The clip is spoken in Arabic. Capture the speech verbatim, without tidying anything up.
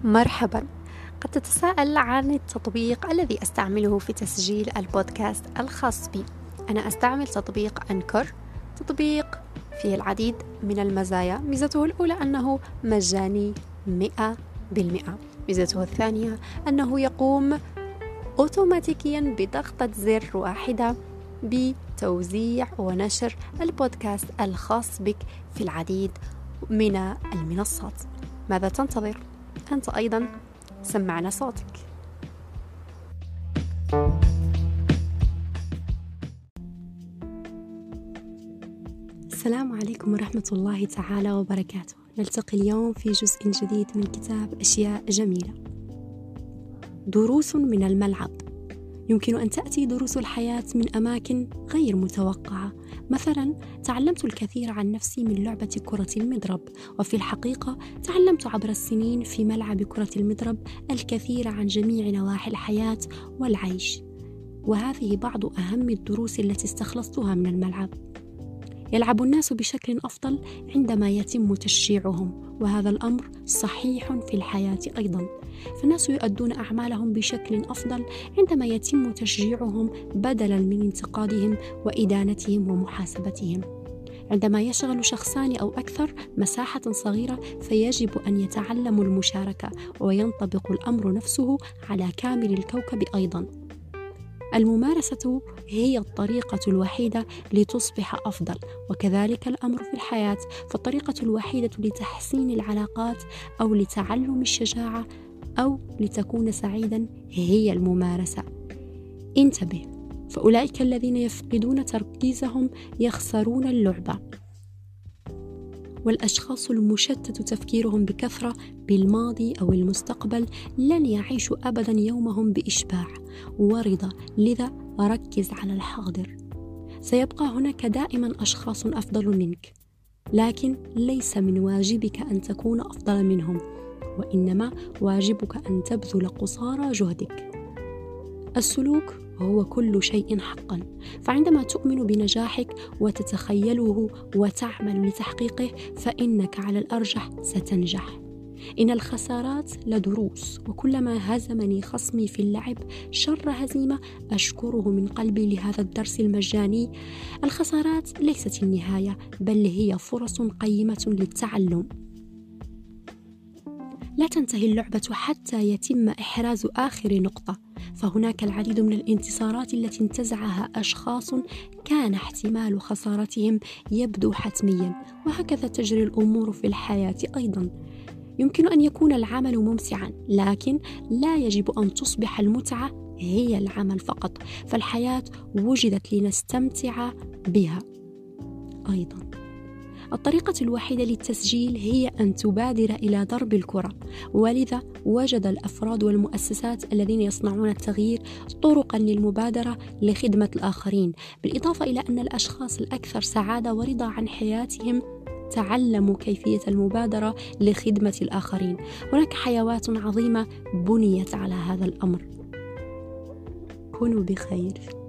مرحبا. قد تتساءل عن التطبيق الذي أستعمله في تسجيل البودكاست الخاص بي. أنا أستعمل تطبيق أنكر، تطبيق فيه العديد من المزايا. ميزته الأولى أنه مجاني مئة بالمئة. ميزته الثانية أنه يقوم أوتوماتيكيا بضغطة زر واحدة بتوزيع ونشر البودكاست الخاص بك في العديد من المنصات. ماذا تنتظر؟ أنت أيضا سمعنا صوتك. السلام عليكم ورحمة الله تعالى وبركاته. نلتقي اليوم في جزء جديد من كتاب أشياء جميلة. دروس من الملعب. يمكن أن تأتي دروس الحياة من أماكن غير متوقعة. مثلا تعلمت الكثير عن نفسي من لعبة كرة المضرب، وفي الحقيقة تعلمت عبر السنين في ملعب كرة المضرب الكثير عن جميع نواحي الحياة والعيش، وهذه بعض أهم الدروس التي استخلصتها من الملعب. يلعب الناس بشكل أفضل عندما يتم تشجيعهم، وهذا الأمر صحيح في الحياة أيضا. فالناس يؤدون أعمالهم بشكل أفضل عندما يتم تشجيعهم بدلا من انتقادهم وإدانتهم ومحاسبتهم. عندما يشغل شخصان أو أكثر مساحة صغيرة فيجب أن يتعلموا المشاركة، وينطبق الأمر نفسه على كامل الكوكب أيضا. الممارسة هي الطريقة الوحيدة لتصبح أفضل، وكذلك الأمر في الحياة. فالطريقة الوحيدة لتحسين العلاقات أو لتعلم الشجاعة أو لتكون سعيدا هي الممارسة. انتبه، فأولئك الذين يفقدون تركيزهم يخسرون اللعبة. والأشخاص المشتت تفكيرهم بكثرة بالماضي أو المستقبل لن يعيشوا أبدا يومهم بإشباع ورضا. لذا ركز على الحاضر. سيبقى هناك دائما أشخاص أفضل منك، لكن ليس من واجبك أن تكون أفضل منهم، وإنما واجبك أن تبذل قصارى جهدك. السلوك هو كل شيء حقا، فعندما تؤمن بنجاحك وتتخيله وتعمل لتحقيقه فإنك على الأرجح ستنجح. إن الخسارات لدروس، وكلما هزمني خصمي في اللعب شر هزيمة أشكره من قلبي لهذا الدرس المجاني. الخسارات ليست النهاية، بل هي فرص قيمة للتعلم. لا تنتهي اللعبة حتى يتم إحراز آخر نقطة، فهناك العديد من الانتصارات التي انتزعها أشخاص كان احتمال خسارتهم يبدو حتميا، وهكذا تجري الأمور في الحياة أيضا. يمكن أن يكون العمل ممتعا، لكن لا يجب أن تصبح المتعة هي العمل فقط، فالحياة وجدت لنستمتع بها أيضا. الطريقة الوحيدة للتسجيل هي أن تبادر إلى ضرب الكرة، ولذا وجد الأفراد والمؤسسات الذين يصنعون التغيير طرقا للمبادرة لخدمة الآخرين، بالإضافة إلى أن الأشخاص الأكثر سعادة ورضا عن حياتهم تعلموا كيفية المبادرة لخدمة الآخرين. هناك حيوات عظيمة بنيت على هذا الأمر. كونوا بخير.